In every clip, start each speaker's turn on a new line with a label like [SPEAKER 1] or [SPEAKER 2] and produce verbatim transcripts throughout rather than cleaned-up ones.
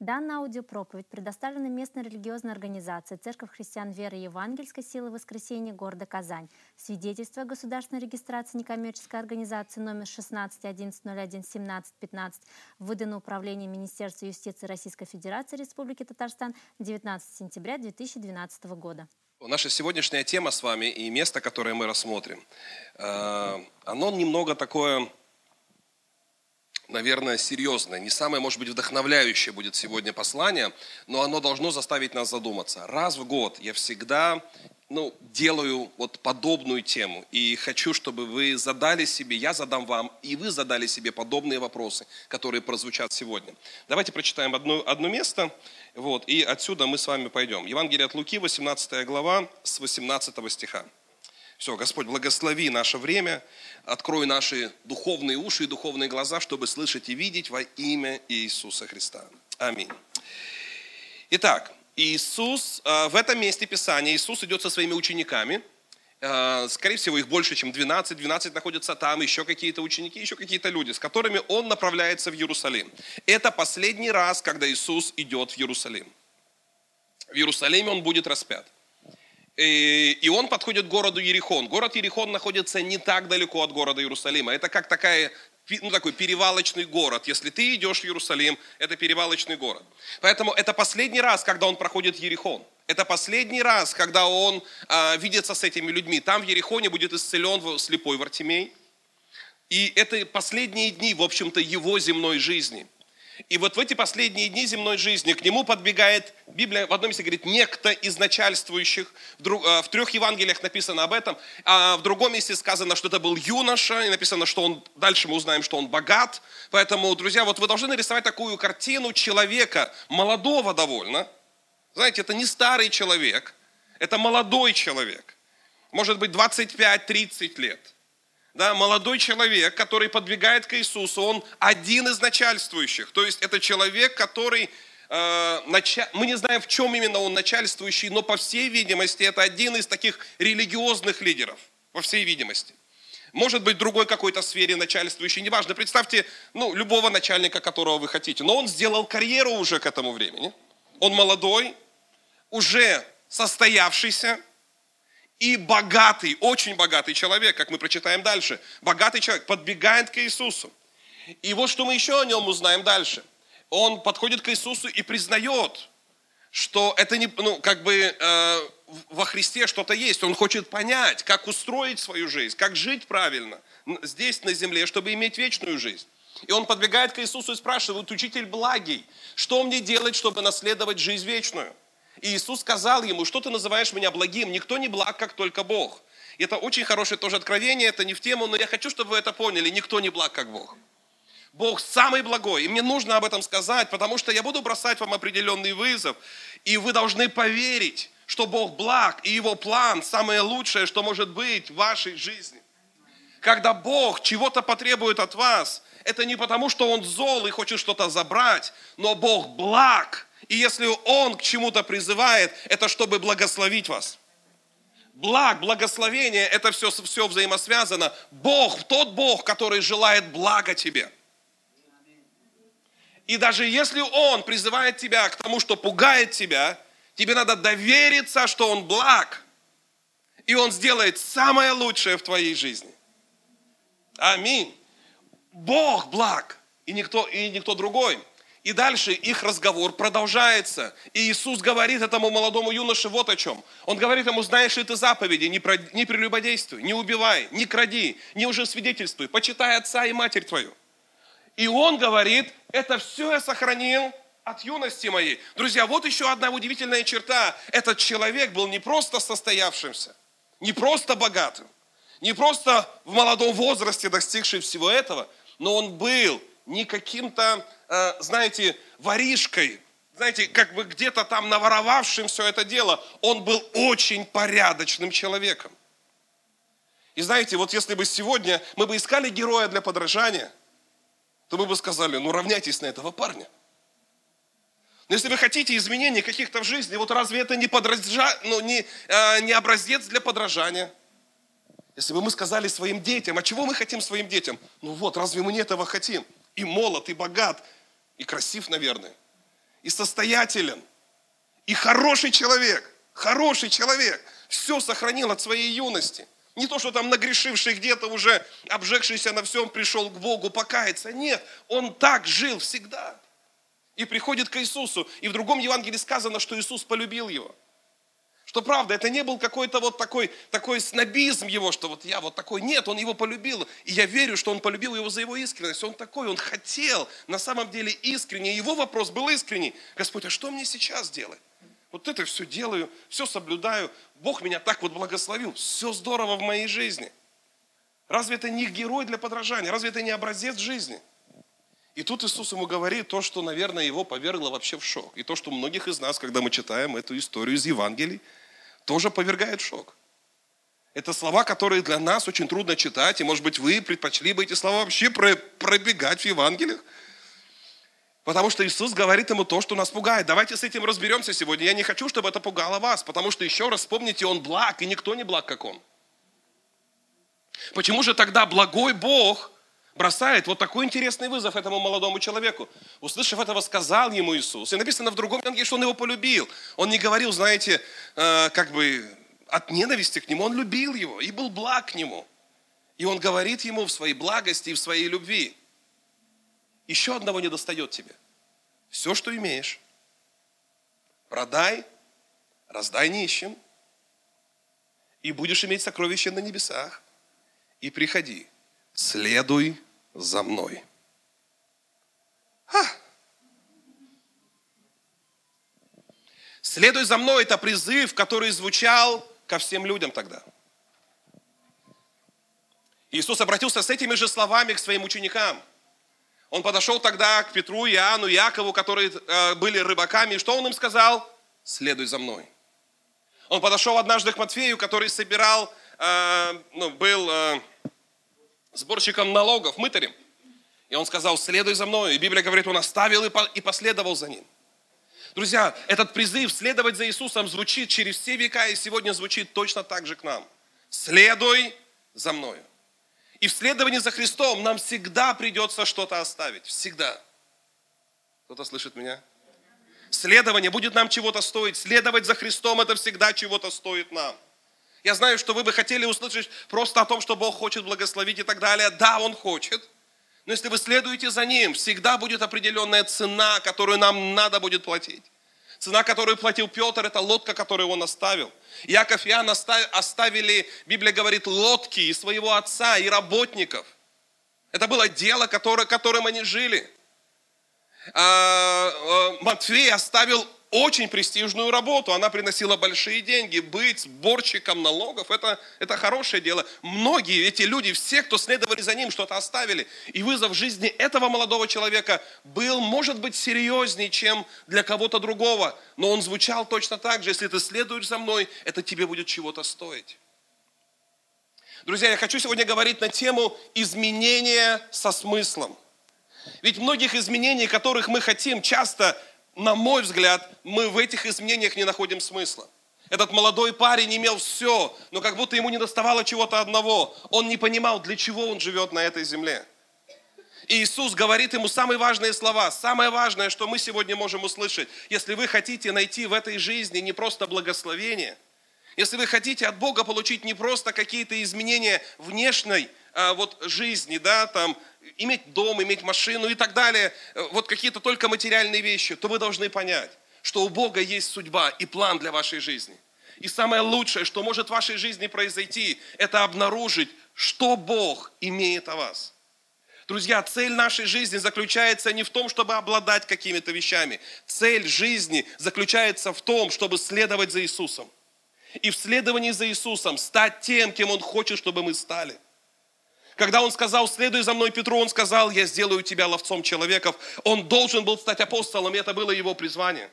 [SPEAKER 1] Данная аудиопроповедь предоставлена местной религиозной организацией Церковь христиан веры Евангельской силы воскресения города Казань. Свидетельство о государственной регистрации некоммерческой организации номер шестнадцать одиннадцать ноль один семнадцать пятнадцать, выдано Управлением Министерства юстиции Российской Федерации Республики Татарстан девятнадцатого сентября две тысячи двенадцатого года.
[SPEAKER 2] Наша сегодняшняя тема с вами и место, которое мы рассмотрим, оно немного такое, наверное, серьезное. Не самое, может быть, вдохновляющее будет сегодня послание, но оно должно заставить нас задуматься. Раз в год я всегда ну, делаю вот подобную тему. И хочу, чтобы вы задали себе, я задам вам, и вы задали себе подобные вопросы, которые прозвучат сегодня. Давайте прочитаем одно, одно место, вот, и отсюда мы с вами пойдем. Евангелие от Луки, восемнадцатая глава, с восемнадцатого стиха. Все, Господь, благослови наше время, открой наши духовные уши и духовные глаза, чтобы слышать и видеть во имя Иисуса Христа. Аминь. Итак, Иисус, в этом месте Писания, Иисус идет со своими учениками, скорее всего, их больше, чем двенадцать, двенадцать находятся там, еще какие-то ученики, еще какие-то люди, с которыми Он направляется в Иерусалим. Это последний раз, когда Иисус идет в Иерусалим. В Иерусалиме Он будет распят. И он подходит к городу Иерихон. Город Иерихон находится не так далеко от города Иерусалима. Это как такая, ну, такой перевалочный город. Если ты идешь в Иерусалим, это перевалочный город. Поэтому это последний раз, когда он проходит Иерихон. Это последний раз, когда он а, видится с этими людьми. Там в Иерихоне будет исцелен слепой Вартимей. И это последние дни, в общем-то, его земной жизни. И вот в эти последние дни земной жизни к нему подбегает, Библия в одном месте говорит, некто из начальствующих, в, друг, в трех Евангелиях написано об этом, а в другом месте сказано, что это был юноша, и написано, что он, дальше мы узнаем, что он богат. Поэтому, друзья, вот вы должны нарисовать такую картину человека, молодого довольно. Знаете, это не старый человек, это молодой человек, может быть двадцать пять тридцать лет. Да, молодой человек, который подбегает к Иисусу, он один из начальствующих. То есть это человек, который, э, нача... мы не знаем, в чем именно он начальствующий, но по всей видимости это один из таких религиозных лидеров, по всей видимости. Может быть, в другой какой-то сфере начальствующий, неважно. Представьте, ну, любого начальника, которого вы хотите. Но он сделал карьеру уже к этому времени. Он молодой, уже состоявшийся. И богатый, очень богатый человек, как мы прочитаем дальше, богатый человек подбегает к Иисусу. И вот что мы еще о нем узнаем дальше. Он подходит к Иисусу и признает, что это не, ну, как бы э, во Христе что-то есть. Он хочет понять, как устроить свою жизнь, как жить правильно здесь, на земле, чтобы иметь вечную жизнь. И он подбегает к Иисусу и спрашивает, учитель благий, что мне делать, чтобы наследовать жизнь вечную? И Иисус сказал ему, что ты называешь меня благим? Никто не благ, как только Бог. И это очень хорошее тоже откровение, это не в тему, но я хочу, чтобы вы это поняли. Никто не благ, как Бог. Бог самый благой. И мне нужно об этом сказать, потому что я буду бросать вам определенный вызов. И вы должны поверить, что Бог благ, и Его план самое лучшее, что может быть в вашей жизни. Когда Бог чего-то потребует от вас, это не потому, что Он зол и хочет что-то забрать, но Бог благ. И если Он к чему-то призывает, это чтобы благословить вас. Благ, благословение, это все, все взаимосвязано. Бог, тот Бог, который желает блага тебе. И даже если Он призывает тебя к тому, что пугает тебя, тебе надо довериться, что Он благ. И Он сделает самое лучшее в твоей жизни. Аминь. Бог благ, и никто, и никто другой. И дальше их разговор продолжается. И Иисус говорит этому молодому юноше вот о чем. Он говорит ему, знаешь ли ты заповеди, не, про, не прелюбодействуй, не убивай, не кради, не лжесвидетельствуй, почитай отца и матерь твою. И он говорит, это все я сохранил от юности моей. Друзья, вот еще одна удивительная черта. Этот человек был не просто состоявшимся, не просто богатым, не просто в молодом возрасте достигший всего этого, но он был не каким-то, знаете, воришкой, знаете, как бы где-то там наворовавшим все это дело. Он был очень порядочным человеком. И знаете, вот если бы сегодня мы бы искали героя для подражания, то мы бы сказали, ну равняйтесь на этого парня. Но если вы хотите изменений каких-то в жизни, вот разве это не, подража... ну, не, э, не образец для подражания? Если бы мы сказали своим детям, а чего мы хотим своим детям? Ну вот, разве мы не этого хотим? И молод, и богат, и красив, наверное. и состоятелен, и хороший человек, хороший человек, все сохранил от своей юности. Не то, что там нагрешивший где-то уже, обжегшийся на всем, пришел к Богу покаяться. Нет, он так жил всегда. И приходит к Иисусу. И в другом Евангелии сказано, что Иисус полюбил его. Что правда, это не был какой-то вот такой, такой снобизм его, что вот я вот такой. Нет, он его полюбил. И я верю, что он полюбил его за его искренность. Он такой, он хотел на самом деле искренне. Его вопрос был искренний. Господь, а что мне сейчас делать? Вот это все делаю, все соблюдаю. Бог меня так вот благословил. Все здорово в моей жизни. Разве это не герой для подражания? Разве это не образец жизни? И тут Иисус ему говорит то, что, наверное, его повергло вообще в шок. И то, что многих из нас, когда мы читаем эту историю из Евангелий, тоже повергает в шок. Это слова, которые для нас очень трудно читать. И, может быть, вы предпочли бы эти слова вообще пробегать в Евангелиях. Потому что Иисус говорит ему то, что нас пугает. Давайте с этим разберемся сегодня. Я не хочу, чтобы это пугало вас. Потому что, еще раз вспомните, Он благ, и никто не благ, как Он. Почему же тогда благой Бог бросает вот такой интересный вызов этому молодому человеку? Услышав этого, сказал ему Иисус. И написано в другом Евангелии, что Он его полюбил. Он не говорил, знаете, э, как бы от ненависти к нему. Он любил его и был благ к нему. И Он говорит ему в своей благости и в своей любви: еще одного не достает тебе. Все, что имеешь, продай, раздай нищим, и будешь иметь сокровища на небесах. И приходи, следуй за мной. А! Следуй за мной — это призыв, который звучал ко всем людям тогда. Иисус обратился с этими же словами к своим ученикам. Он подошел тогда к Петру, Иоанну, Якову, которые э, были рыбаками. И что он им сказал? Следуй за мной. Он подошел однажды к Матфею, который собирал, э, ну, был э, сборщиком налогов, мытарем. И он сказал: следуй за мной. И Библия говорит, он оставил и, по, и последовал за ним. Друзья, этот призыв следовать за Иисусом звучит через все века и сегодня звучит точно так же к нам. Следуй за мною. И в следовании за Христом нам всегда придется что-то оставить. Всегда. Кто-то слышит меня? Следование будет нам чего-то стоить. Следовать за Христом — это всегда чего-то стоит нам. Я знаю, что вы бы хотели услышать просто о том, что Бог хочет благословить и так далее. Да, Он хочет. Но если вы следуете за Ним, всегда будет определенная цена, которую нам надо будет платить. Цена, которую платил Петр, это лодка, которую он оставил. Яков и Иоанн оставили, Библия говорит, лодки и своего отца, и работников. Это было дело, которое, которым они жили. Матфей оставил очень престижную работу. Она приносила большие деньги. Быть сборщиком налогов, это, это хорошее дело. Многие эти люди, все, кто следовали за ним, что-то оставили. И вызов жизни этого молодого человека был, может быть, серьезнее, чем для кого-то другого. Но он звучал точно так же. Если ты следуешь за мной, это тебе будет чего-то стоить. Друзья, я хочу сегодня говорить на тему изменения со смыслом. Ведь многих изменений, которых мы хотим, часто, на мой взгляд, мы в этих изменениях не находим смысла. Этот молодой парень имел все, но как будто ему не доставало чего-то одного. Он не понимал, для чего он живет на этой земле. И Иисус говорит ему самые важные слова. Самое важное, что мы сегодня можем услышать. Если вы хотите найти в этой жизни не просто благословение, если вы хотите от Бога получить не просто какие-то изменения внешней а, вот, жизни, да, там, иметь дом, иметь машину и так далее, вот какие-то только материальные вещи, то вы должны понять, что у Бога есть судьба и план для вашей жизни. И самое лучшее, что может в вашей жизни произойти, это обнаружить, что Бог имеет о вас. Друзья, цель нашей жизни заключается не в том, чтобы обладать какими-то вещами. Цель жизни заключается в том, чтобы следовать за Иисусом. И в следовании за Иисусом стать тем, кем Он хочет, чтобы мы стали. Когда Он сказал: следуй за мной, Петру, Он сказал: я сделаю тебя ловцом человеков. Он должен был стать апостолом, и это было его призвание.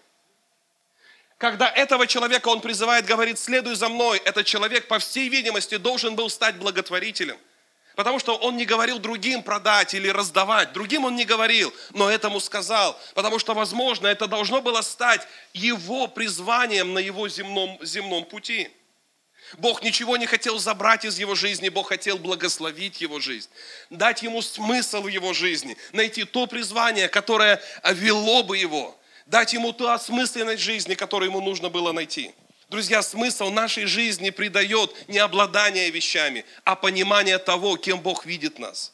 [SPEAKER 2] Когда этого человека Он призывает, говорит: следуй за мной, этот человек, по всей видимости, должен был стать благотворителем. Потому что он не говорил другим продать или раздавать. Другим он не говорил, но этому сказал. Потому что, возможно, это должно было стать его призванием на его земном, земном пути. Бог ничего не хотел забрать из его жизни, Бог хотел благословить его жизнь, дать ему смысл в его жизни, найти то призвание, которое вело бы его, дать ему ту осмысленность жизни, которую ему нужно было найти. Друзья, смысл нашей жизни придает не обладание вещами, а понимание того, кем Бог видит нас.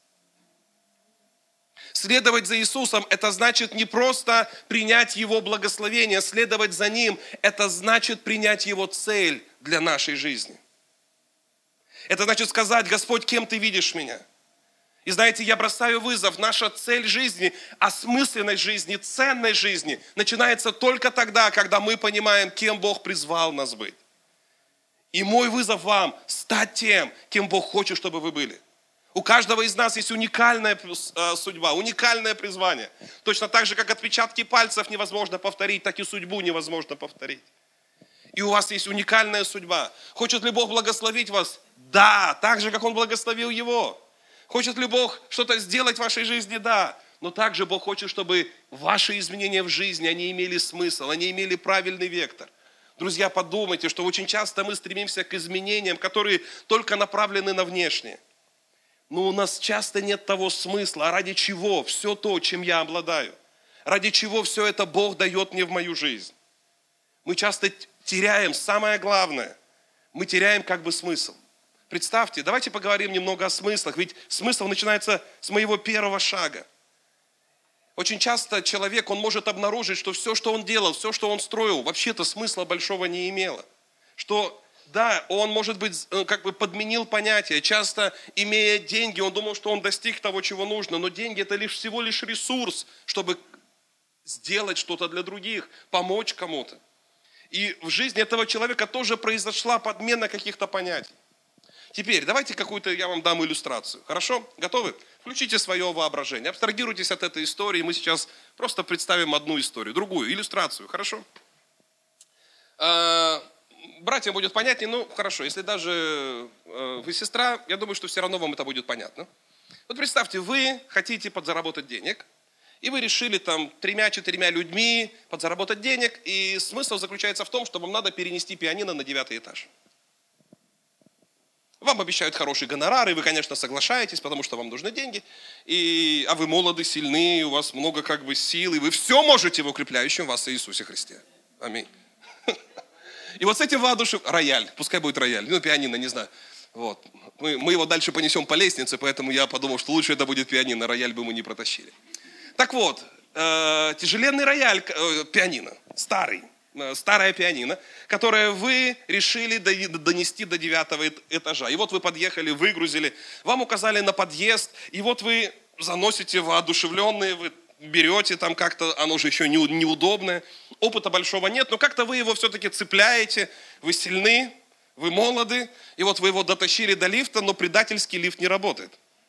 [SPEAKER 2] Следовать за Иисусом – это значит не просто принять Его благословение, следовать за Ним – это значит принять Его цель для нашей жизни. Это значит сказать: Господь, кем Ты видишь меня? И знаете, я бросаю вызов. Наша цель жизни, осмысленность жизни, ценность жизни начинается только тогда, когда мы понимаем, кем Бог призвал нас быть. И мой вызов вам – стать тем, кем Бог хочет, чтобы вы были. У каждого из нас есть уникальная судьба, уникальное призвание. Точно так же, как отпечатки пальцев невозможно повторить, так и судьбу невозможно повторить. И у вас есть уникальная судьба. Хочет ли Бог благословить вас? Да, так же, как Он благословил его. Хочет ли Бог что-то сделать в вашей жизни? Да. Но также Бог хочет, чтобы ваши изменения в жизни, они имели смысл, они имели правильный вектор. Друзья, подумайте, что очень часто мы стремимся к изменениям, которые только направлены на внешнее. Но у нас часто нет того смысла, а ради чего все то, чем я обладаю? Ради чего все это Бог дает мне в мою жизнь? Мы часто теряем самое главное. Мы теряем как бы смысл. Представьте, давайте поговорим немного о смыслах, ведь смысл начинается с моего первого шага. Очень часто человек, он может обнаружить, что все, что он делал, все, что он строил, вообще-то смысла большого не имело. Что да, он, может быть, как бы подменил понятие. Часто, имея деньги, он думал, что он достиг того, чего нужно. Но деньги – это лишь всего лишь ресурс, чтобы сделать что-то для других, помочь кому-то. И в жизни этого человека тоже произошла подмена каких-то понятий. Теперь давайте какую-то я вам дам иллюстрацию. Хорошо? Готовы? Включите свое воображение. Абстрагируйтесь от этой истории. Мы сейчас просто представим одну историю, другую, иллюстрацию. Хорошо? Братьям будет понятнее, ну хорошо, если даже э, вы сестра, я думаю, что все равно вам это будет понятно. Вот представьте, вы хотите подзаработать денег, и вы решили там тремя-четырьмя людьми подзаработать денег, и смысл заключается в том, что вам надо перенести пианино на девятый этаж. Вам обещают хороший гонорар, и вы, конечно, соглашаетесь, потому что вам нужны деньги, и, а вы молоды, сильны, у вас много как бы сил, и вы все можете в укрепляющем вас Иисусе Христе. Аминь. И вот с этим воодушевлением, рояль, пускай будет рояль, ну пианино, не знаю. Вот. Мы, мы его дальше понесем по лестнице, поэтому я подумал, что лучше это будет пианино, рояль бы мы не протащили. Так вот, э, тяжеленный рояль, э, пианино, старый, э, старое пианино, которое вы решили до, донести до девятого этажа. И вот вы подъехали, выгрузили, вам указали на подъезд, и вот вы заносите воодушевленные, вы берете там как-то, оно же еще не, неудобное, опыта большого нет, но как-то вы его все-таки цепляете, вы сильны, вы молоды, и вот вы его дотащили до лифта, но предательский лифт не работает.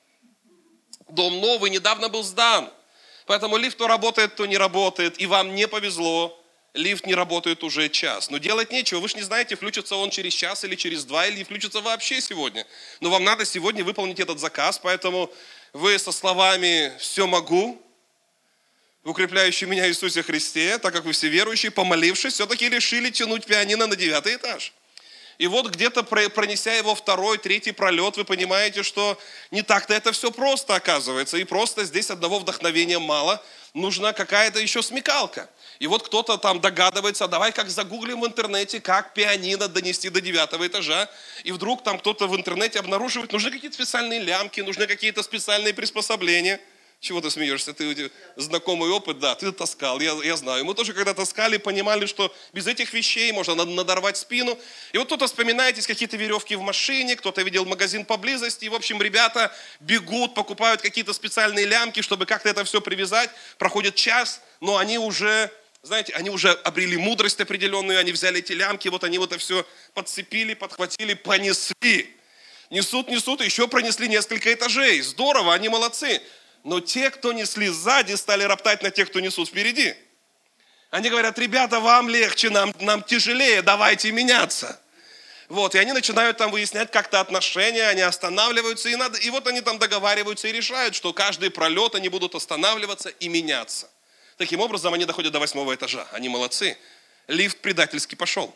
[SPEAKER 2] Дом новый, недавно был сдан, поэтому лифт то работает, то не работает, и вам не повезло, лифт не работает уже час. Но делать нечего, вы же не знаете, включится он через час или через два, или включится вообще сегодня. Но вам надо сегодня выполнить этот заказ, поэтому вы со словами «все могу», укрепляющий меня Иисусе Христе, так как вы все верующие, помолившись, все-таки решили тянуть пианино на девятый этаж. И вот где-то пронеся его второй, третий пролет, вы понимаете, что не так-то это все просто оказывается. И просто здесь одного вдохновения мало, нужна какая-то еще смекалка. И вот кто-то там догадывается, давай как загуглим в интернете, как пианино донести до девятого этажа. И вдруг там кто-то в интернете обнаруживает, нужны какие-то специальные лямки, нужны какие-то специальные приспособления. Чего ты смеешься? Ты знакомый опыт, да, ты таскал, я, я знаю. Мы тоже когда таскали, понимали, что без этих вещей можно надорвать спину. И вот кто-то вспоминает, есть какие-то веревки в машине, кто-то видел магазин поблизости. И, в общем, ребята бегут, покупают какие-то специальные лямки, чтобы как-то это все привязать. Проходит час, но они уже, знаете, они уже обрели мудрость определенную, они взяли эти лямки, вот они вот это все подцепили, подхватили, понесли. Несут, несут, и еще пронесли несколько этажей. Здорово, они молодцы. Но те, кто несли сзади, стали роптать на тех, кто несут впереди. Они говорят, ребята, вам легче, нам, нам тяжелее, давайте меняться. Вот, и они начинают там выяснять как-то отношения, они останавливаются, и, надо, и вот они там договариваются и решают, что каждый пролет они будут останавливаться и меняться. Таким образом, они доходят до восьмого этажа. Они молодцы. Лифт предательски пошел.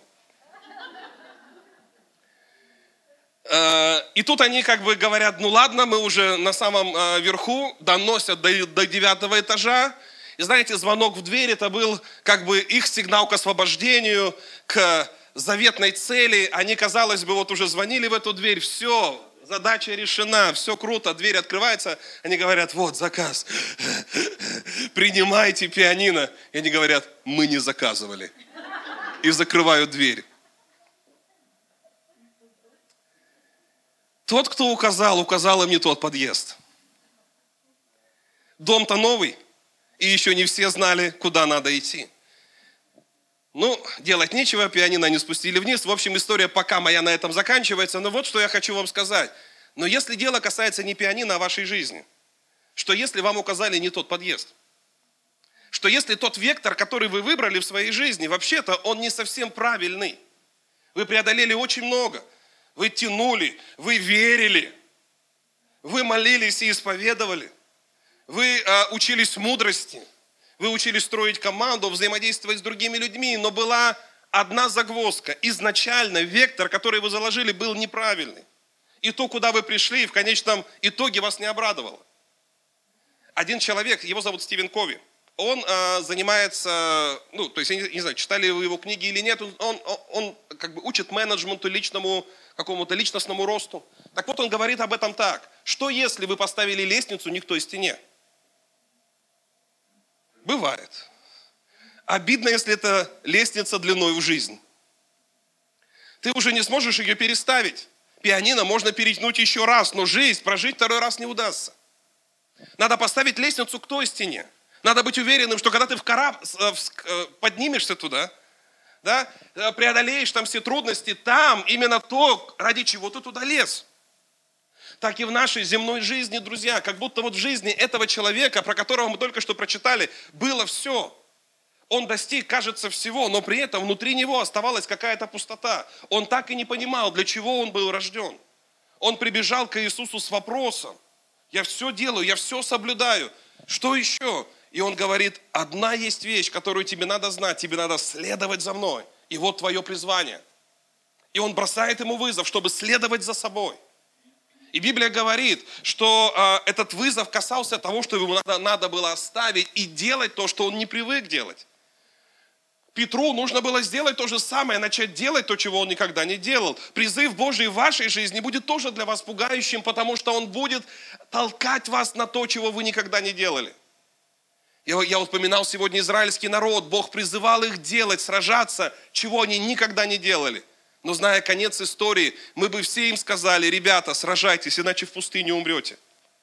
[SPEAKER 2] И тут они как бы говорят, ну ладно, мы уже на самом верху, доносят до, до девятого этажа. И знаете, звонок в дверь, это был как бы их сигнал к освобождению, к заветной цели. Они, казалось бы, вот уже звонили в эту дверь, все, задача решена, все круто, дверь открывается. Они говорят, вот заказ, принимайте пианино. И они говорят, мы не заказывали. И закрывают дверь. Тот, кто указал, указал им не тот подъезд. Дом-то новый, и еще не все знали, куда надо идти. Ну, делать нечего, пианино они спустили вниз. В общем, история пока моя на этом заканчивается. Но вот что я хочу вам сказать. Но если дело касается не пианино, а вашей жизни, что если вам указали не тот подъезд, что если тот вектор, который вы выбрали в своей жизни, вообще-то он не совсем правильный. Вы преодолели очень много. Вы тянули, вы верили, вы молились и исповедовали, вы а, учились мудрости, вы учились строить команду, взаимодействовать с другими людьми, но была одна загвоздка. Изначально вектор, который вы заложили, был неправильный. И то, куда вы пришли, в конечном итоге вас не обрадовало. Один человек, его зовут Стивен Кови, он а, занимается, ну, то есть, я не, не знаю, читали вы его книги или нет, он, он, он как бы учит менеджменту, личному, какому-то личностному росту. Так вот, он говорит об этом так. Что если вы поставили лестницу не к той стене? Бывает. Обидно, если это лестница длиной в жизнь. Ты уже не сможешь ее переставить. Пианино можно перетянуть еще раз, но жизнь прожить второй раз не удастся. Надо поставить лестницу к той стене. Надо быть уверенным, что когда ты в кораб... поднимешься туда, да, преодолеешь там все трудности, там именно то, ради чего ты туда лез. Так и в нашей земной жизни, друзья, как будто вот в жизни этого человека, про которого мы только что прочитали, было все. Он достиг, кажется, всего, но при этом внутри него оставалась какая-то пустота. Он так и не понимал, для чего он был рожден. Он прибежал к Иисусу с вопросом. Я все делаю, я все соблюдаю. Что еще? И он говорит, одна есть вещь, которую тебе надо знать, тебе надо следовать за мной. И вот твое призвание. И он бросает ему вызов, чтобы следовать за собой. И Библия говорит, что э, этот вызов касался того, что ему надо, надо было оставить и делать то, что он не привык делать. Петру нужно было сделать то же самое, начать делать то, чего он никогда не делал. Призыв Божий в вашей жизни будет тоже для вас пугающим, потому что он будет толкать вас на то, чего вы никогда не делали. Я, я упоминал сегодня израильский народ. Бог призывал их делать, сражаться, чего они никогда не делали. Но зная конец истории, мы бы все им сказали, ребята, сражайтесь, иначе в пустыне умрете.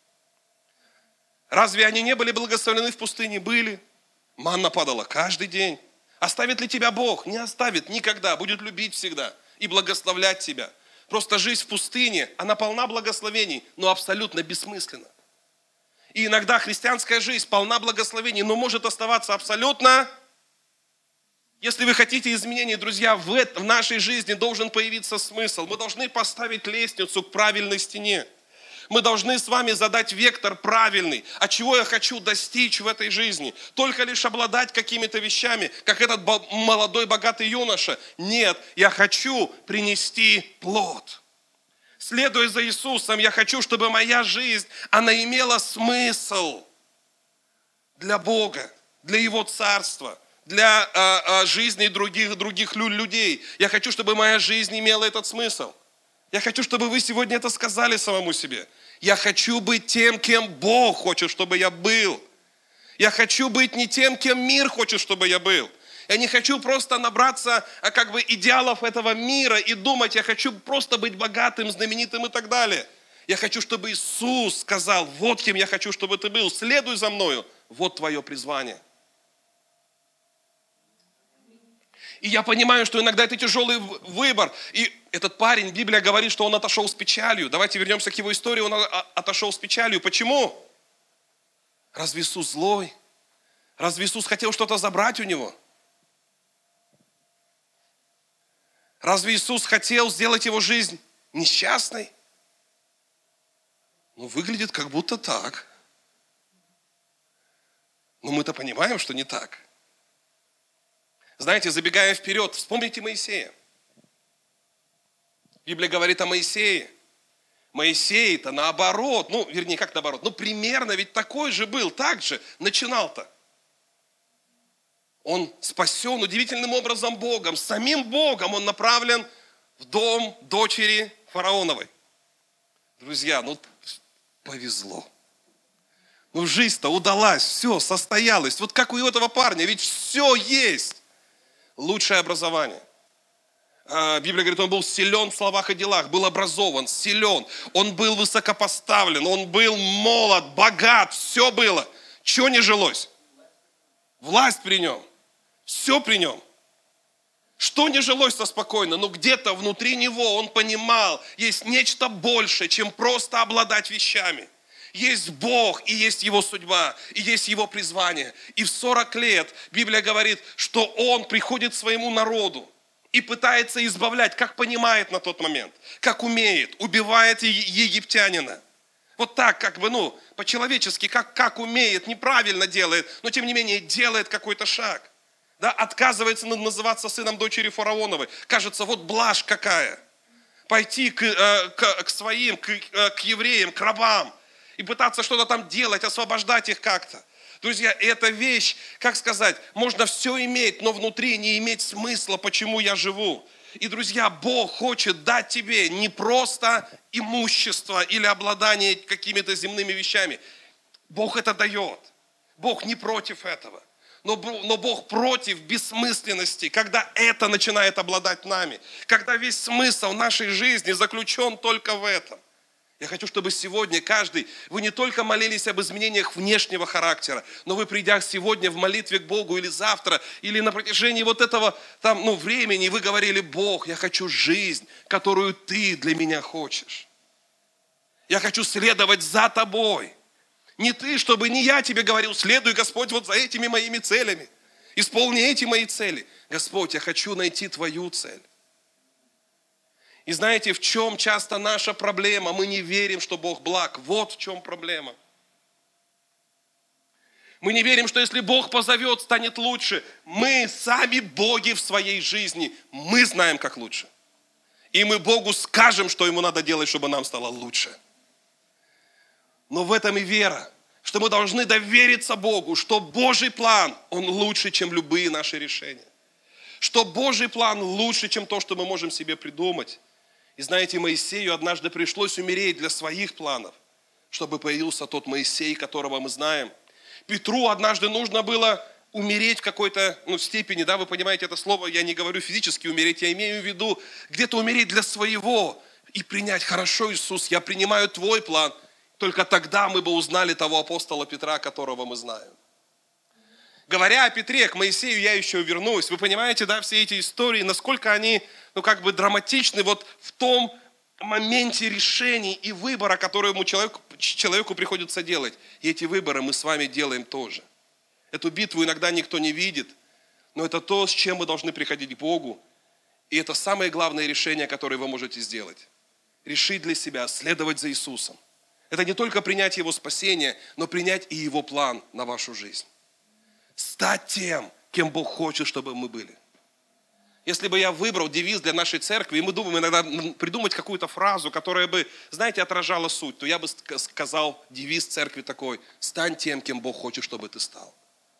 [SPEAKER 2] Разве они не были благословлены в пустыне? Были. Манна падала каждый день. Оставит ли тебя Бог? Не оставит никогда. Будет любить всегда и благословлять тебя. Просто жизнь в пустыне, она полна благословений, но абсолютно бессмысленна. И иногда христианская жизнь полна благословений, но может оставаться абсолютно... Если вы хотите изменений, друзья, в, это, в нашей жизни должен появиться смысл. Мы должны поставить лестницу к правильной стене. Мы должны с вами задать вектор правильный. А чего я хочу достичь в этой жизни? Только лишь обладать какими-то вещами, как этот молодой богатый юноша? Нет, я хочу принести плод. Следуя за Иисусом, я хочу, чтобы моя жизнь, она имела смысл для Бога, для Его Царства, для а, а, жизни других, других людей. Я хочу, чтобы моя жизнь имела этот смысл. Я хочу, чтобы вы сегодня это сказали самому себе. Я хочу быть тем, кем Бог хочет, чтобы я был. Я хочу быть не тем, кем мир хочет, чтобы я был. Я не хочу просто набраться а, как бы идеалов этого мира и думать, я хочу просто быть богатым, знаменитым и так далее. Я хочу, чтобы Иисус сказал, вот кем я хочу, чтобы ты был. Следуй за мною, вот твое призвание. И я понимаю, что иногда это тяжелый выбор. И этот парень, Библия говорит, что он отошел с печалью. Давайте вернемся к его истории. Он отошел с печалью. Почему? Разве Иисус злой? Разве Иисус хотел что-то забрать у него? Разве Иисус хотел сделать его жизнь несчастной? Ну, выглядит как будто так. Но мы-то понимаем, что не так. Знаете, забегая вперед, вспомните Моисея. Библия говорит о Моисее. Моисей-то наоборот, ну, вернее, как наоборот, ну, примерно ведь такой же был, так же начинал-то. Он спасен удивительным образом Богом. Самим Богом он направлен в дом дочери фараоновой. Друзья, ну повезло. Ну жизнь-то удалась, все, состоялось. Вот как у этого парня, ведь все есть. Лучшее образование. Библия говорит, он был силен в словах и делах, был образован, силен. Он был высокопоставлен, он был молод, богат, все было. Чего не жилось? Власть при нем, все при нем. Что не жилось-то спокойно? Но где-то внутри него он понимал, есть нечто большее, чем просто обладать вещами. Есть Бог, и есть Его судьба, и есть Его призвание. И в сорок лет Библия говорит, что Он приходит к своему народу и пытается избавлять, как понимает на тот момент, как умеет, убивает египтянина. Вот так, как бы, ну, по-человечески, как, как умеет, неправильно делает, но тем не менее делает какой-то шаг. Да, отказывается называться сыном дочери фараоновой. Кажется, вот блажь какая. Пойти к, к, к своим, к, к евреям, к рабам и пытаться что-то там делать, освобождать их как-то. Друзья, эта вещь, как сказать, можно все иметь, но внутри не иметь смысла, почему я живу. И, друзья, Бог хочет дать тебе не просто имущество или обладание какими-то земными вещами. Бог это дает. Бог не против этого. Но, но Бог против бессмысленности, когда это начинает обладать нами. Когда весь смысл нашей жизни заключен только в этом. Я хочу, чтобы сегодня каждый, вы не только молились об изменениях внешнего характера, но вы, придя сегодня в молитве к Богу или завтра, или на протяжении вот этого там, ну, времени, вы говорили: Бог, я хочу жизнь, которую Ты для меня хочешь. Я хочу следовать за Тобой. Не ты, чтобы не я тебе говорил: следуй, Господь, вот за этими моими целями. Исполни эти мои цели. Господь, я хочу найти Твою цель. И знаете, в чем часто наша проблема? Мы не верим, что Бог благ. Вот в чем проблема. Мы не верим, что если Бог позовет, станет лучше. Мы сами боги в своей жизни. Мы знаем, как лучше. И мы Богу скажем, что Ему надо делать, чтобы нам стало лучше. Но в этом и вера, что мы должны довериться Богу, что Божий план, он лучше, чем любые наши решения. Что Божий план лучше, чем то, что мы можем себе придумать. И знаете, Моисею однажды пришлось умереть для своих планов, чтобы появился тот Моисей, которого мы знаем. Петру однажды нужно было умереть в какой-то ну, степени, да, вы понимаете это слово, я не говорю физически умереть, я имею в виду где-то умереть для своего и принять: хорошо, Иисус, я принимаю Твой план. Только тогда мы бы узнали того апостола Петра, которого мы знаем. Говоря о Петре, к Моисею я еще вернусь. Вы понимаете, да, все эти истории, насколько они, ну, как бы драматичны вот в том моменте решений и выбора, который ему человеку, человеку приходится делать. И эти выборы мы с вами делаем тоже. Эту битву иногда никто не видит, но это то, с чем мы должны приходить к Богу. И это самое главное решение, которое вы можете сделать. Решить для себя, следовать за Иисусом. Это не только принять Его спасение, но принять и Его план на вашу жизнь. Стать тем, кем Бог хочет, чтобы мы были. Если бы я выбрал девиз для нашей церкви, и мы думаем иногда придумать какую-то фразу, которая бы, знаете, отражала суть, то я бы сказал девиз церкви такой: стань тем, кем Бог хочет, чтобы ты стал.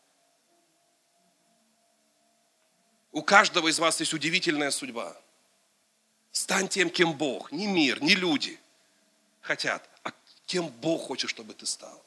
[SPEAKER 2] У каждого из вас есть удивительная судьба. Стань тем, кем Бог, не мир, не люди хотят, а кем Бог хочет, чтобы ты стал.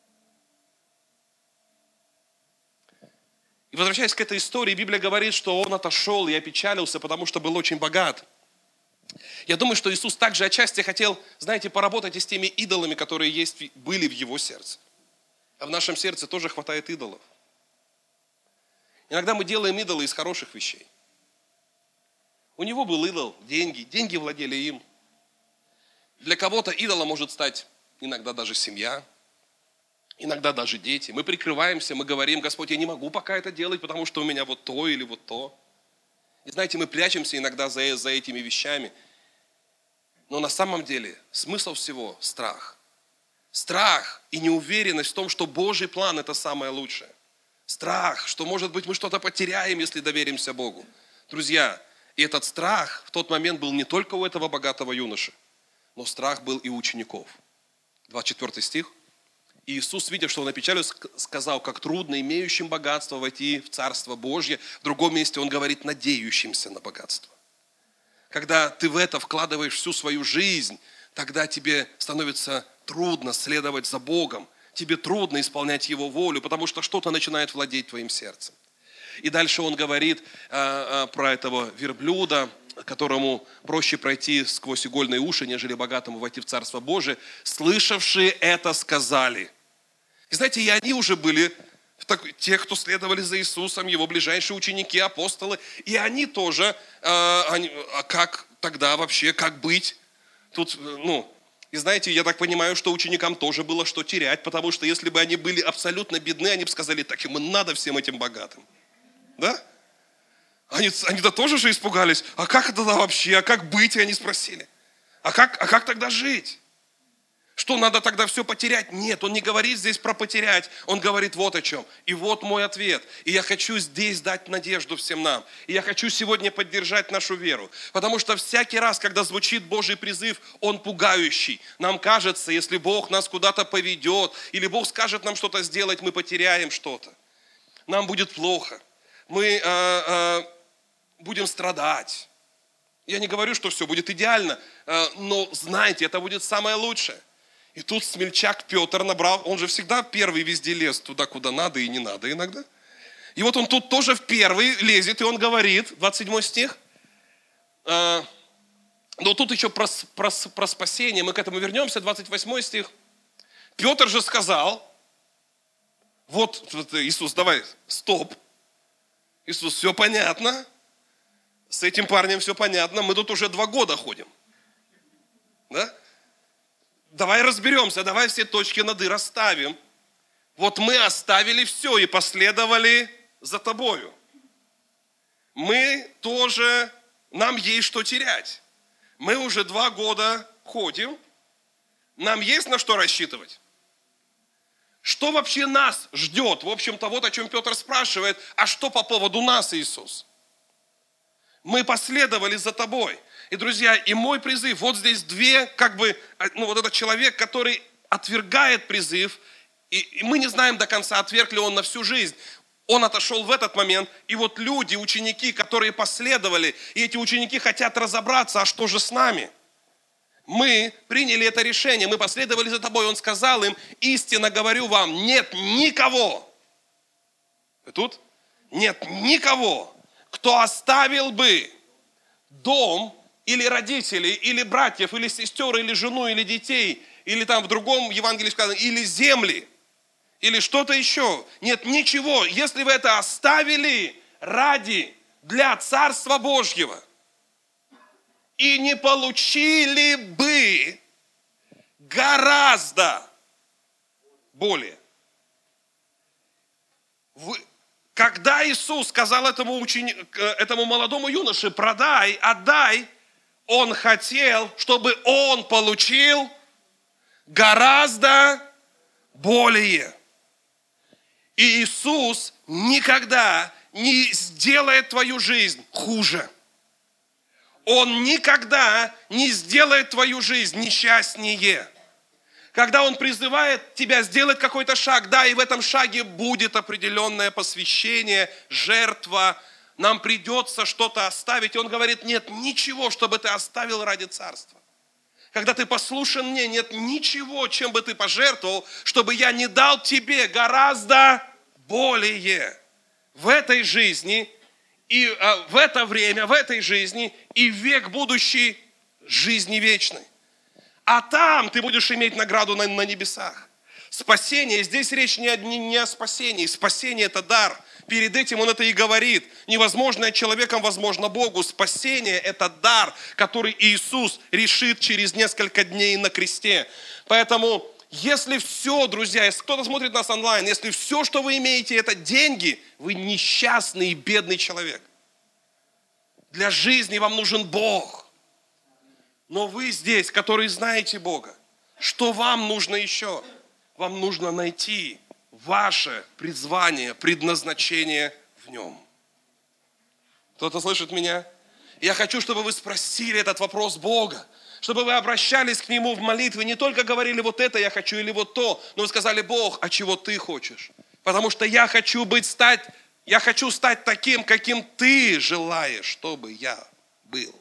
[SPEAKER 2] И возвращаясь к этой истории, Библия говорит, что он отошел и опечалился, потому что был очень богат. Я думаю, что Иисус также отчасти хотел, знаете, поработать и с теми идолами, которые есть, были в его сердце. А в нашем сердце тоже хватает идолов. Иногда мы делаем идолы из хороших вещей. У него был идол – деньги, деньги владели им. Для кого-то идолом может стать иногда даже семья. Иногда даже дети. Мы прикрываемся, мы говорим: Господь, я не могу пока это делать, потому что у меня вот то или вот то. И знаете, мы прячемся иногда за, за этими вещами. Но на самом деле смысл всего – страх. Страх и неуверенность в том, что Божий план – это самое лучшее. Страх, что, может быть, мы что-то потеряем, если доверимся Богу. Друзья, и этот страх в тот момент был не только у этого богатого юноши, но страх был и у учеников. двадцать четвёртый стих. И Иисус, видя, что он опечален, сказал, как трудно имеющим богатство войти в Царство Божье. В другом месте он говорит, надеющимся на богатство. Когда ты в это вкладываешь всю свою жизнь, тогда тебе становится трудно следовать за Богом. Тебе трудно исполнять Его волю, потому что что-то начинает владеть твоим сердцем. И дальше он говорит а, а, про этого верблюда, которому проще пройти сквозь игольные уши, нежели богатому войти в Царство Божие. Слышавшие это сказали. И знаете, и они уже были, те, кто следовали за Иисусом, Его ближайшие ученики, апостолы, и они тоже, а, они, а как тогда вообще, как быть? Тут, ну, и знаете, я так понимаю, что ученикам тоже было что терять, потому что если бы они были абсолютно бедны, они бы сказали, так им надо всем этим богатым. Да? Они, они-то тоже же испугались. А как это вообще? А как быть? И они спросили. А как, а как тогда жить? Что, надо тогда все потерять? Нет, он не говорит здесь про потерять. Он говорит вот о чем. И вот мой ответ. И я хочу здесь дать надежду всем нам. И я хочу сегодня поддержать нашу веру. Потому что всякий раз, когда звучит Божий призыв, он пугающий. Нам кажется, если Бог нас куда-то поведет, или Бог скажет нам что-то сделать, мы потеряем что-то. Нам будет плохо. Мы э, э, будем страдать. Я не говорю, что все будет идеально, э, но знаете, это будет самое лучшее. И тут смельчак Петр набрал, он же всегда первый везде лез, туда, куда надо и не надо иногда. И вот он тут тоже в первый лезет, и он говорит, двадцать седьмой стих, э, но тут еще про, про, про спасение, мы к этому вернемся, двадцать восьмой стих. Петр же сказал, вот, Иисус, давай, стоп. Иисус, все понятно, с этим парнем все понятно, мы тут уже два года ходим. Да? Давай разберемся, давай все точки над «и» расставим. Вот мы оставили все и последовали за тобою. Мы тоже, нам есть что терять. Мы уже два года ходим, нам есть на что рассчитывать. Что вообще нас ждет? В общем-то, вот о чем Петр спрашивает. А что по поводу нас, Иисус? Мы последовали за тобой. И, друзья, и мой призыв, вот здесь две, как бы, ну вот этот человек, который отвергает призыв, и, и мы не знаем до конца, отверг ли он на всю жизнь. Он отошел в этот момент, и вот люди, ученики, которые последовали, и эти ученики хотят разобраться, а что же с нами? Мы приняли это решение, мы последовали за тобой. Он сказал им, истинно говорю вам, нет никого. Вы тут? Нет никого, кто оставил бы дом или родителей, или братьев, или сестер, или жену, или детей, или там в другом Евангелии сказано, или земли, или что-то еще. Нет ничего, если вы это оставили ради, для Царства Божьего, и не получили бы гораздо более. Вы, когда Иисус сказал этому, ученику, этому молодому юноше, продай, отдай, Он хотел, чтобы он получил гораздо более. И Иисус никогда не сделает твою жизнь хуже. Он никогда не сделает твою жизнь несчастнее. Когда Он призывает тебя сделать какой-то шаг, да, и в этом шаге будет определенное посвящение, жертва, нам придется что-то оставить. И Он говорит, нет ничего, чтобы ты оставил ради Царства. Когда ты послушен мне, нет ничего, чем бы ты пожертвовал, чтобы я не дал тебе гораздо более в этой жизни, и а, в это время, в этой жизни, и в век будущий жизни вечной. А там ты будешь иметь награду на, на небесах. Спасение, здесь речь не о, не, не о спасении. Спасение – это дар. Перед этим он это и говорит. Невозможное человеком возможно Богу. Спасение – это дар, который Иисус решит через несколько дней на кресте. Поэтому, если все, друзья, если кто-то смотрит нас онлайн, если все, что вы имеете, это деньги, вы несчастный и бедный человек. Для жизни вам нужен Бог. Но вы здесь, которые знаете Бога, что вам нужно еще? Вам нужно найти ваше призвание, предназначение в Нем. Кто-то слышит меня? Я хочу, чтобы вы спросили этот вопрос Бога, чтобы вы обращались к Нему в молитве, не только говорили вот это я хочу или вот то, но вы сказали: Бог, а чего Ты хочешь? Потому что я хочу быть, стать, я хочу стать таким, каким Ты желаешь, чтобы я был.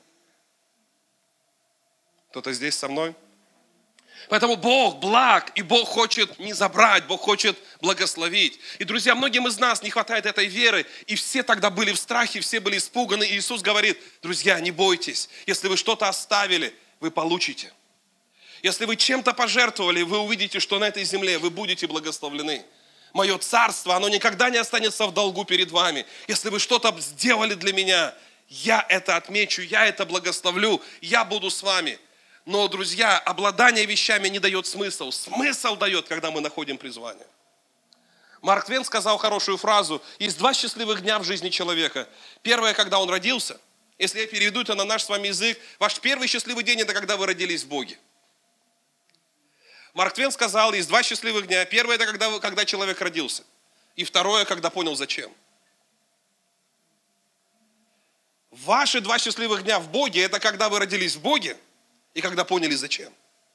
[SPEAKER 2] Кто-то здесь со мной? Поэтому Бог благ, и Бог хочет не забрать, Бог хочет благословить. И, друзья, многим из нас не хватает этой веры, и все тогда были в страхе, все были испуганы. И Иисус говорит: друзья, не бойтесь, если вы что-то оставили, вы получите. Если вы чем-то пожертвовали, вы увидите, что на этой земле вы будете благословлены. Мое царство, оно никогда не останется в долгу перед вами. Если вы что-то сделали для меня, я это отмечу, я это благословлю, я буду с вами. Но, друзья, обладание вещами не дает смысл. Смысл дает, когда мы находим призвание. Марк Твен сказал хорошую фразу: есть два счастливых дня в жизни человека. Первое, когда он родился. Если я переведу это на наш с вами язык, ваш первый счастливый день – это когда вы родились в Боге. Марк Твен сказал: есть два счастливых дня. Первое – это когда, когда человек родился. И второе – когда понял, зачем. Ваши два счастливых дня в Боге – это когда вы родились в Боге, и когда поняли, зачем.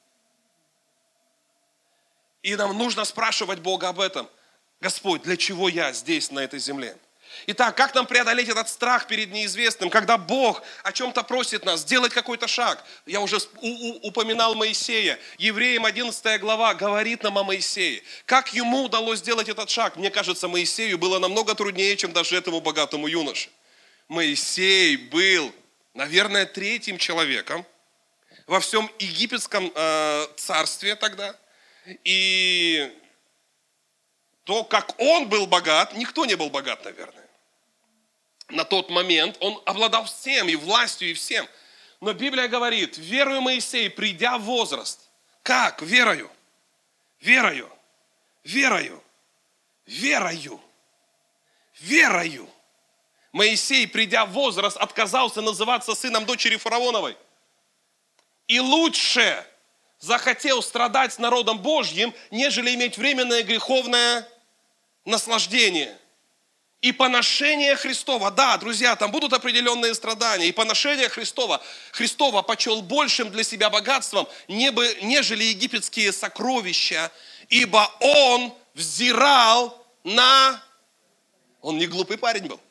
[SPEAKER 2] И нам нужно спрашивать Бога об этом. Господь, для чего я здесь, на этой земле? Итак, как нам преодолеть этот страх перед неизвестным, когда Бог о чем-то просит нас, сделать какой-то шаг? Я уже упоминал Моисея. Евреям одиннадцатая глава говорит нам о Моисее. Как ему удалось сделать этот шаг? Мне кажется, Моисею было намного труднее, чем даже этому богатому юноше. Моисей был, наверное, третьим человеком во всем египетском э, царстве тогда. И то, как он был богат, никто не был богат, наверное. На тот момент он обладал всем, и властью, и всем. Но Библия говорит: верою Моисей, придя в возраст. Как? Верою. Верою. Верою. Верою. Верою. Моисей, придя в возраст, отказался называться сыном дочери фараоновой. И лучше захотел страдать с народом Божьим, нежели иметь временное греховное наслаждение. И поношение Христова, да, друзья, там будут определенные страдания, и поношение Христова, Христова почел большим для себя богатством, нежели египетские сокровища, ибо он взирал на... Он не глупый парень был.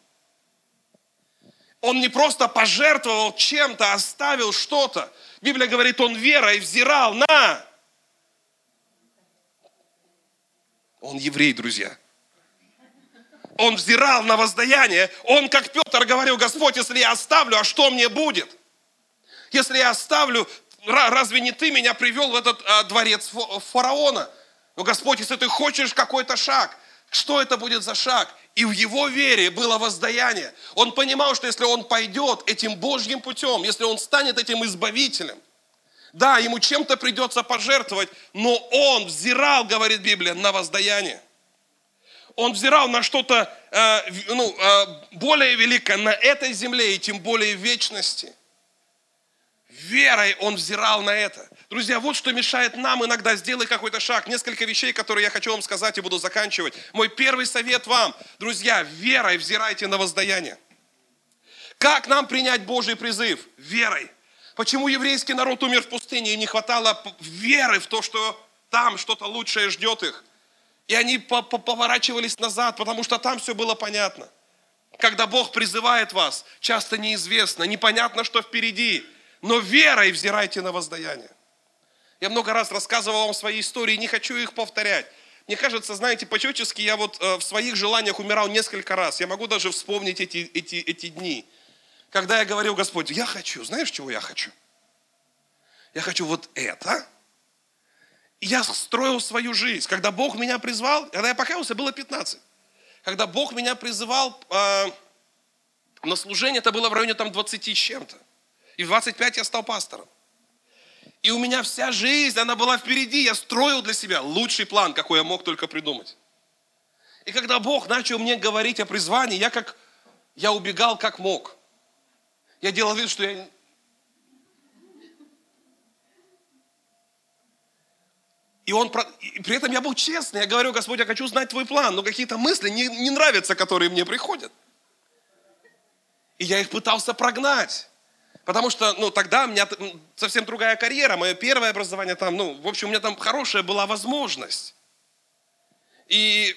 [SPEAKER 2] Он не просто пожертвовал чем-то, оставил что-то. Библия говорит, он верой взирал на... Он еврей, друзья. Он взирал на воздаяние. Он, как Петр, говорил: Господь, если я оставлю, а что мне будет? Если я оставлю, разве не ты меня привел в этот а, дворец фараона? Но, Господь, если ты хочешь какой-то шаг, что это будет за шаг? И в его вере было воздаяние. Он понимал, что если он пойдет этим Божьим путем, если он станет этим избавителем, да, ему чем-то придется пожертвовать, но он взирал, говорит Библия, на воздаяние. Он взирал на что-то э, ну, э, более великое на этой земле и тем более в вечности. Верой он взирал на это. Друзья, вот что мешает нам иногда сделать какой-то шаг. Несколько вещей, которые я хочу вам сказать и буду заканчивать. Мой первый совет вам, друзья, верой взирайте на воздаяние. Как нам принять Божий призыв? Верой. Почему еврейский народ умер в пустыне и не хватало веры в то, что там что-то лучшее ждет их? И они поворачивались назад, потому что там все было понятно. Когда Бог призывает вас, часто неизвестно, непонятно, что впереди, но верой взирайте на воздаяние. Я много раз рассказывал вам свои истории, не хочу их повторять. Мне кажется, знаете, по-человечески я вот в своих желаниях умирал несколько раз. Я могу даже вспомнить эти, эти, эти дни. Когда я говорил: Господь, я хочу, знаешь, чего я хочу? Я хочу вот это. И я строил свою жизнь. Когда Бог меня призвал, когда я покаялся, было пятнадцать. Когда Бог меня призывал э, на служение, это было в районе там двадцати с чем-то. И в двадцать пять я стал пастором. И у меня вся жизнь, она была впереди. Я строил для себя лучший план, какой я мог только придумать. И когда Бог начал мне говорить о призвании, я как, я убегал как мог. Я делал вид, что я... И, он, и при этом я был честный. Я говорю: Господь, я хочу знать твой план, но какие-то мысли не, не нравятся, которые мне приходят. И я их пытался прогнать. Потому что, ну, тогда у меня совсем другая карьера, мое первое образование там, ну, в общем, у меня там хорошая была возможность. И,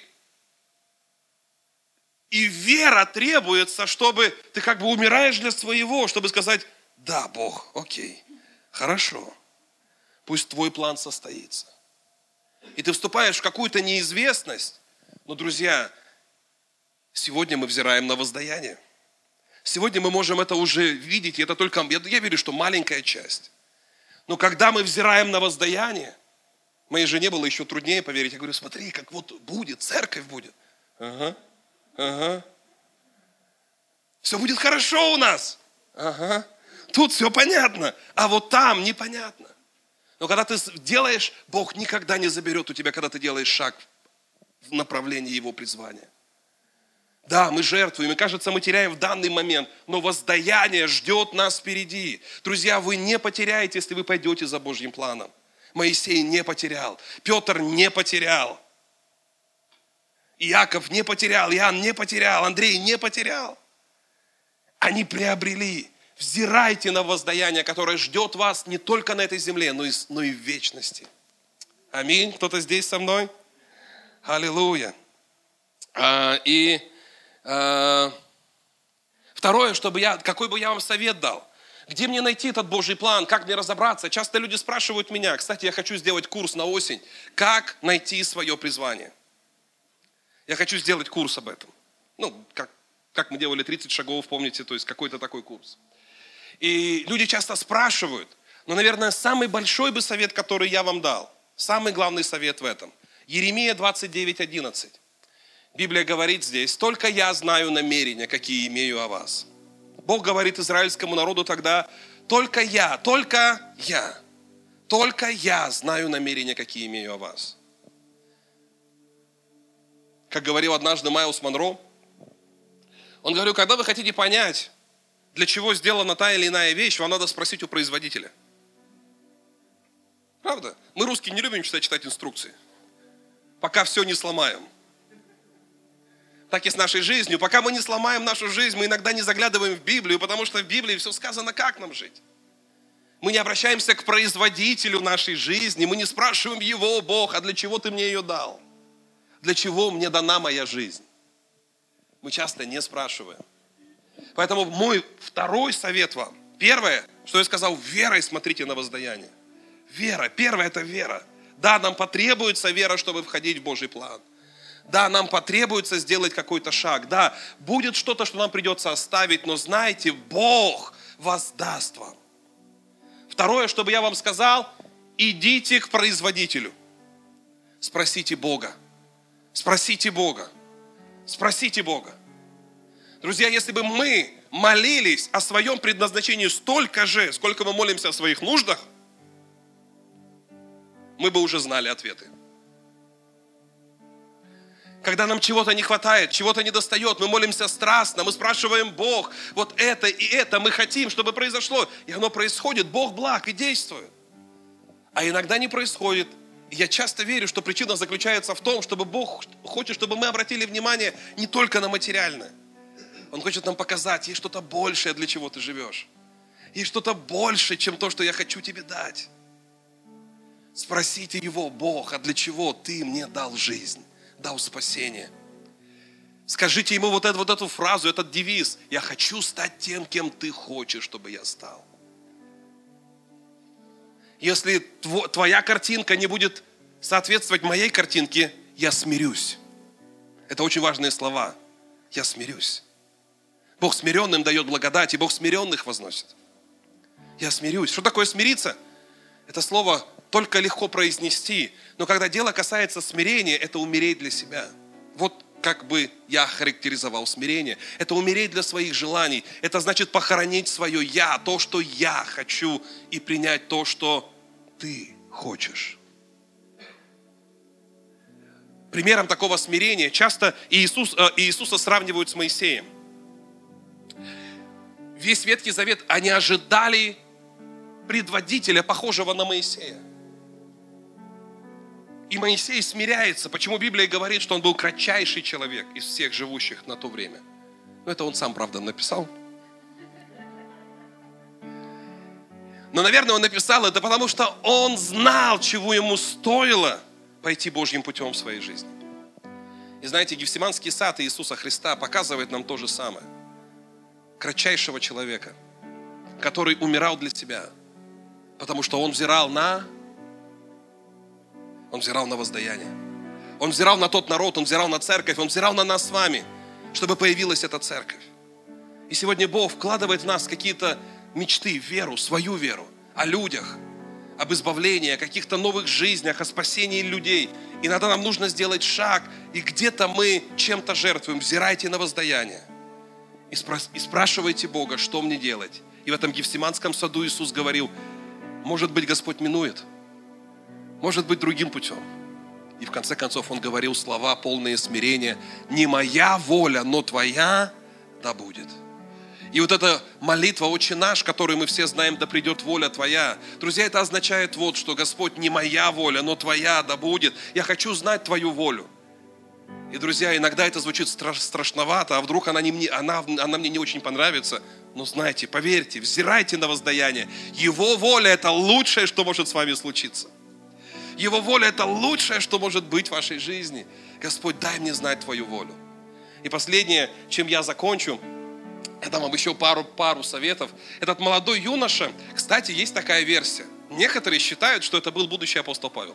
[SPEAKER 2] и вера требуется, чтобы ты как бы умираешь для своего, чтобы сказать, да, Бог, окей, хорошо, пусть твой план состоится. И ты вступаешь в какую-то неизвестность, но, друзья, сегодня мы взираем на воздаяние. Сегодня мы можем это уже видеть, и это только, я, я верю, что маленькая часть. Но когда мы взираем на воздаяние, моей жене было еще труднее поверить. Я говорю, смотри, как вот будет, церковь будет. Ага, ага. Все будет хорошо у нас. Ага. Тут все понятно, а вот там непонятно. Но когда ты делаешь, Бог никогда не заберет у тебя, когда ты делаешь шаг в направлении Его призвания. Да, мы жертвуем, и кажется, мы теряем в данный момент, но воздаяние ждет нас впереди. Друзья, вы не потеряете, если вы пойдете за Божьим планом. Моисей не потерял, Петр не потерял, Иаков не потерял, Иоанн не потерял, Андрей не потерял. Они приобрели. Взирайте на воздаяние, которое ждет вас не только на этой земле, но и, но и в вечности. Аминь. Кто-то здесь со мной? Аллилуйя. А, и а, второе, чтобы я, какой бы я вам совет дал? Где мне найти этот Божий план? Как мне разобраться? Часто люди спрашивают меня. Кстати, я хочу сделать курс на осень. Как найти свое призвание? Я хочу сделать курс об этом. Ну, как, как мы делали тридцать шагов, помните, то есть какой-то такой курс. И люди часто спрашивают, но, наверное, самый большой бы совет, который я вам дал, самый главный совет в этом. Иеремия двадцать девять одиннадцать. Библия говорит здесь, только я знаю намерения, какие имею о вас. Бог говорит израильскому народу тогда, только я, только я, только я знаю намерения, какие имею о вас. Как говорил однажды Майлз Монро, он говорил, когда вы хотите понять, для чего сделана та или иная вещь, вам надо спросить у производителя. Правда? Мы, русские, не любим читать, читать инструкции, пока все не сломаем. Так и с нашей жизнью. Пока мы не сломаем нашу жизнь, мы иногда не заглядываем в Библию, потому что в Библии все сказано, как нам жить. Мы не обращаемся к производителю нашей жизни, мы не спрашиваем его, Бог, а для чего ты мне ее дал? Для чего мне дана моя жизнь? Мы часто не спрашиваем. Поэтому мой второй совет вам. Первое, что я сказал, верой смотрите на воздаяние. Вера. Первое – это вера. Да, нам потребуется вера, чтобы входить в Божий план. Да, нам потребуется сделать какой-то шаг. Да, будет что-то, что нам придется оставить, но знайте, Бог воздаст вам. Второе, чтобы я вам сказал, идите к производителю. Спросите Бога. Спросите Бога. Спросите Бога. Друзья, если бы мы молились о своем предназначении столько же, сколько мы молимся о своих нуждах, мы бы уже знали ответы. Когда нам чего-то не хватает, чего-то не достает, мы молимся страстно, мы спрашиваем Бог, вот это и это мы хотим, чтобы произошло. И оно происходит, Бог благ и действует. А иногда не происходит. И я часто верю, что причина заключается в том, чтобы Бог хочет, чтобы мы обратили внимание не только на материальное. Он хочет нам показать, есть что-то большее, для чего ты живешь. Есть что-то большее, чем то, что я хочу тебе дать. Спросите Его, Бог, а для чего ты мне дал жизнь, дал спасение? Скажите Ему вот эту, вот эту фразу, этот девиз. Я хочу стать тем, кем ты хочешь, чтобы я стал. Если твоя картинка не будет соответствовать моей картинке, я смирюсь. Это очень важные слова. Я смирюсь. Бог смиренным дает благодать, и Бог смиренных возносит. Я смирюсь. Что такое смириться? Это слово только легко произнести, но когда дело касается смирения, это умереть для себя. Вот как бы я характеризовал смирение. Это умереть для своих желаний. Это значит похоронить свое «я», то, что я хочу, и принять то, что ты хочешь. Примером такого смирения часто Иисус, э, Иисуса сравнивают с Моисеем. Весь Ветхий Завет, они ожидали предводителя, похожего на Моисея. И Моисей смиряется. Почему Библия говорит, что он был кратчайший человек из всех живущих на то время? Ну, это он сам, правда, написал. Но, наверное, он написал это, потому что он знал, чего ему стоило пойти Божьим путем в своей жизни. И знаете, Гефсиманский сад Иисуса Христа показывает нам то же самое. Кратчайшего человека, который умирал для себя, потому что он взирал на... Он взирал на воздаяние. Он взирал на тот народ, он взирал на церковь, он взирал на нас с вами, чтобы появилась эта церковь. И сегодня Бог вкладывает в нас какие-то мечты, веру, свою веру, о людях, об избавлении, о каких-то новых жизнях, о спасении людей. Иногда нам нужно сделать шаг, и где-то мы чем-то жертвуем. Взирайте на воздаяние и, спра- и спрашивайте Бога, что мне делать. И в этом Гефсиманском саду Иисус говорил, может быть, Господь минует, может быть, другим путем. И в конце концов Он говорил слова, полные смирения, не моя воля, но твоя да будет. И вот эта молитва «Отче наш», которую мы все знаем, да придет воля Твоя. Друзья, это означает вот, что Господь, не моя воля, но Твоя да будет. Я хочу знать Твою волю. И, друзья, иногда это звучит страш, страшновато, а вдруг она, не мне, она, она мне не очень понравится. Но знайте, поверьте, взирайте на воздаяние. Его воля – это лучшее, что может с вами случиться. Его воля – это лучшее, что может быть в вашей жизни. Господь, дай мне знать Твою волю. И последнее, чем я закончу, я дам вам еще пару, пару советов. Этот молодой юноша, кстати, есть такая версия. Некоторые считают, что это был будущий апостол Павел.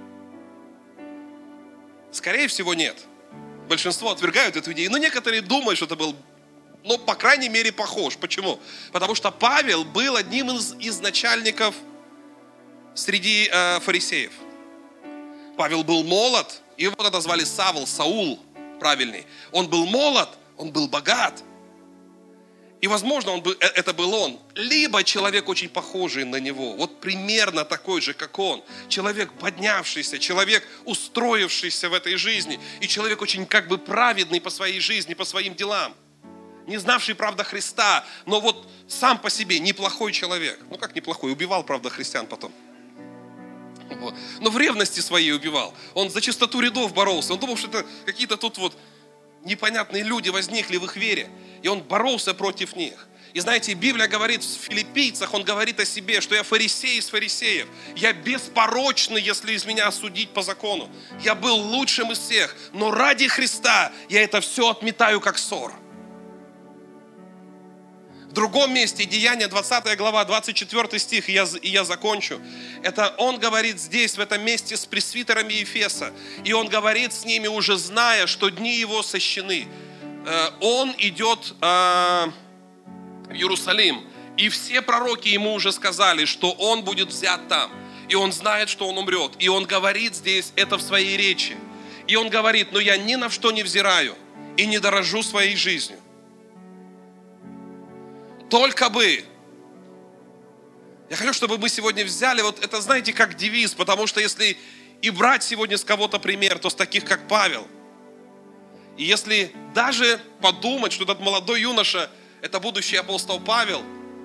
[SPEAKER 2] Скорее всего, нет. Большинство отвергают эту идею, но некоторые думают, что это был, ну, по крайней мере, похож. Почему? Потому что Павел был одним из, из начальников среди э, фарисеев. Павел был молод, его тогда звали Савл, Саул, правильный. Он был молод, он был богат. И, возможно, он был, это был он. Либо человек очень похожий на него, вот примерно такой же, как он. Человек поднявшийся, человек устроившийся в этой жизни. И человек очень как бы праведный по своей жизни, по своим делам. Не знавший, правда, Христа, но вот сам по себе неплохой человек. Ну как неплохой? Убивал, правда, христиан потом. Вот. Но в ревности своей убивал. Он за чистоту рядов боролся. Он думал, что это какие-то тут вот непонятные люди возникли в их вере. И он боролся против них. И знаете, Библия говорит в Филиппийцах, он говорит о себе, что я фарисей из фарисеев. Я беспорочный, если из меня осудить по закону. Я был лучшим из всех. Но ради Христа я это все отметаю как ссор. В другом месте, Деяния двадцатая глава, двадцать четвёртый стих, и я, и я закончу. Это он говорит здесь, в этом месте, с пресвитерами Ефеса. И он говорит с ними, уже зная, что дни его сощены. Он идет в Иерусалим. И все пророки ему уже сказали, что он будет взят там. И он знает, что он умрет. И он говорит здесь это в своей речи. И он говорит, но я ни на что не взираю и не дорожу своей жизнью. Только бы. Я хочу, чтобы мы сегодня взяли, вот это, знаете, как девиз, потому что если и брать сегодня с кого-то пример, то с таких, как Павел. И если даже подумать, что этот молодой юноша, это будущий апостол Павел,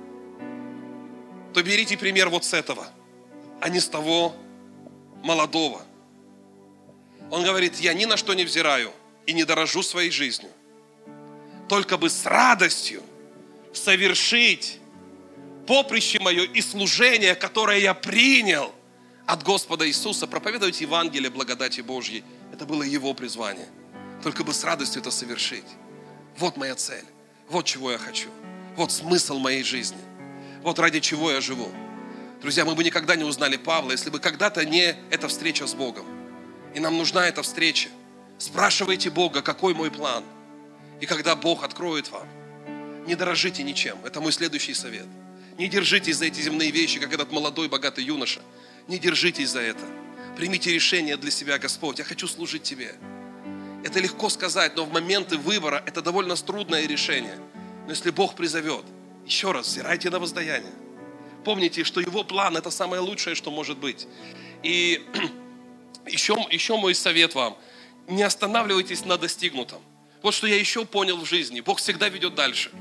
[SPEAKER 2] то берите пример вот с этого, а не с того молодого. Он говорит, я ни на что не взираю и не дорожу своей жизнью, только бы с радостью совершить поприще мое и служение, которое я принял от Господа Иисуса, проповедовать Евангелие благодати Божьей. Это было Его призвание. Только бы с радостью это совершить. Вот моя цель. Вот чего я хочу. Вот смысл моей жизни. Вот ради чего я живу. Друзья, мы бы никогда не узнали Павла, если бы когда-то не эта встреча с Богом. И нам нужна эта встреча. Спрашивайте Бога, какой мой план. И когда Бог откроет вам, не дорожите ничем. Это мой следующий совет. Не держитесь за эти земные вещи, как этот молодой, богатый юноша. Не держитесь за это. Примите решение для себя, Господь, я хочу служить Тебе. Это легко сказать, но в моменты выбора это довольно трудное решение. Но если Бог призовет, еще раз, взирайте на воздаяние. Помните, что Его план – это самое лучшее, что может быть. И еще, еще мой совет вам. Не останавливайтесь на достигнутом. Вот что я еще понял в жизни. Бог всегда ведет дальше.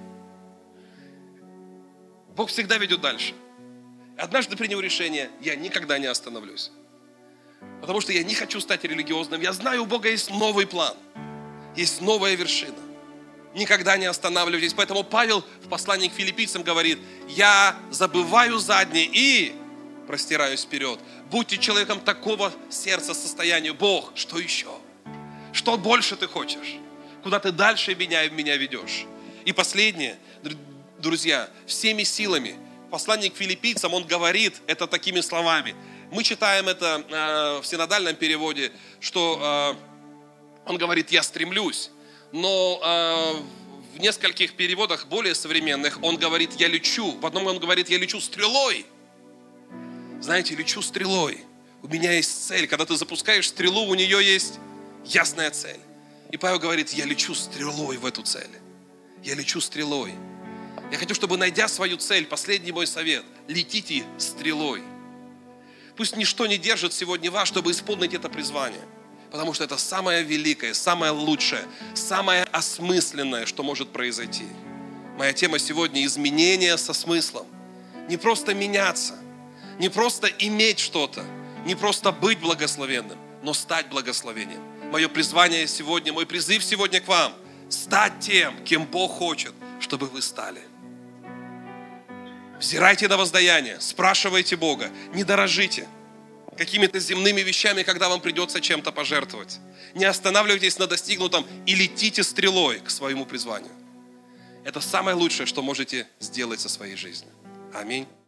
[SPEAKER 2] Бог всегда ведет дальше. Однажды принял решение, я никогда не остановлюсь. Потому что я не хочу стать религиозным. Я знаю, у Бога есть новый план. Есть новая вершина. Никогда не останавливайтесь. Поэтому Павел в послании к филиппийцам говорит: я забываю заднее и простираюсь вперед. Будьте человеком такого сердца, состояния. Бог, что еще? Что больше ты хочешь? Куда ты дальше меня, меня ведешь? И последнее, друзья, всеми силами. Посланник к филиппийцам, он говорит это такими словами. Мы читаем это э, в синодальном переводе, что э, он говорит: я стремлюсь. Но э, в нескольких переводах более современных он говорит: я лечу. В одном он говорит: я лечу стрелой. Знаете, лечу стрелой. У меня есть цель. Когда ты запускаешь стрелу, у нее есть ясная цель. И Павел говорит: я лечу стрелой в эту цель. Я лечу стрелой. Я хочу, чтобы, найдя свою цель, последний мой совет: летите стрелой. Пусть ничто не держит сегодня вас, чтобы исполнить это призвание. Потому что это самое великое, самое лучшее, самое осмысленное, что может произойти. Моя тема сегодня — изменение со смыслом. Не просто меняться, не просто иметь что-то, не просто быть благословенным, но стать благословением. Мое призвание сегодня, мой призыв сегодня к вам — стать тем, кем Бог хочет, чтобы вы стали. Взирайте на воздаяние, спрашивайте Бога, не дорожите какими-то земными вещами, когда вам придется чем-то пожертвовать. Не останавливайтесь на достигнутом и летите стрелой к своему призванию. Это самое лучшее, что можете сделать со своей жизнью. Аминь.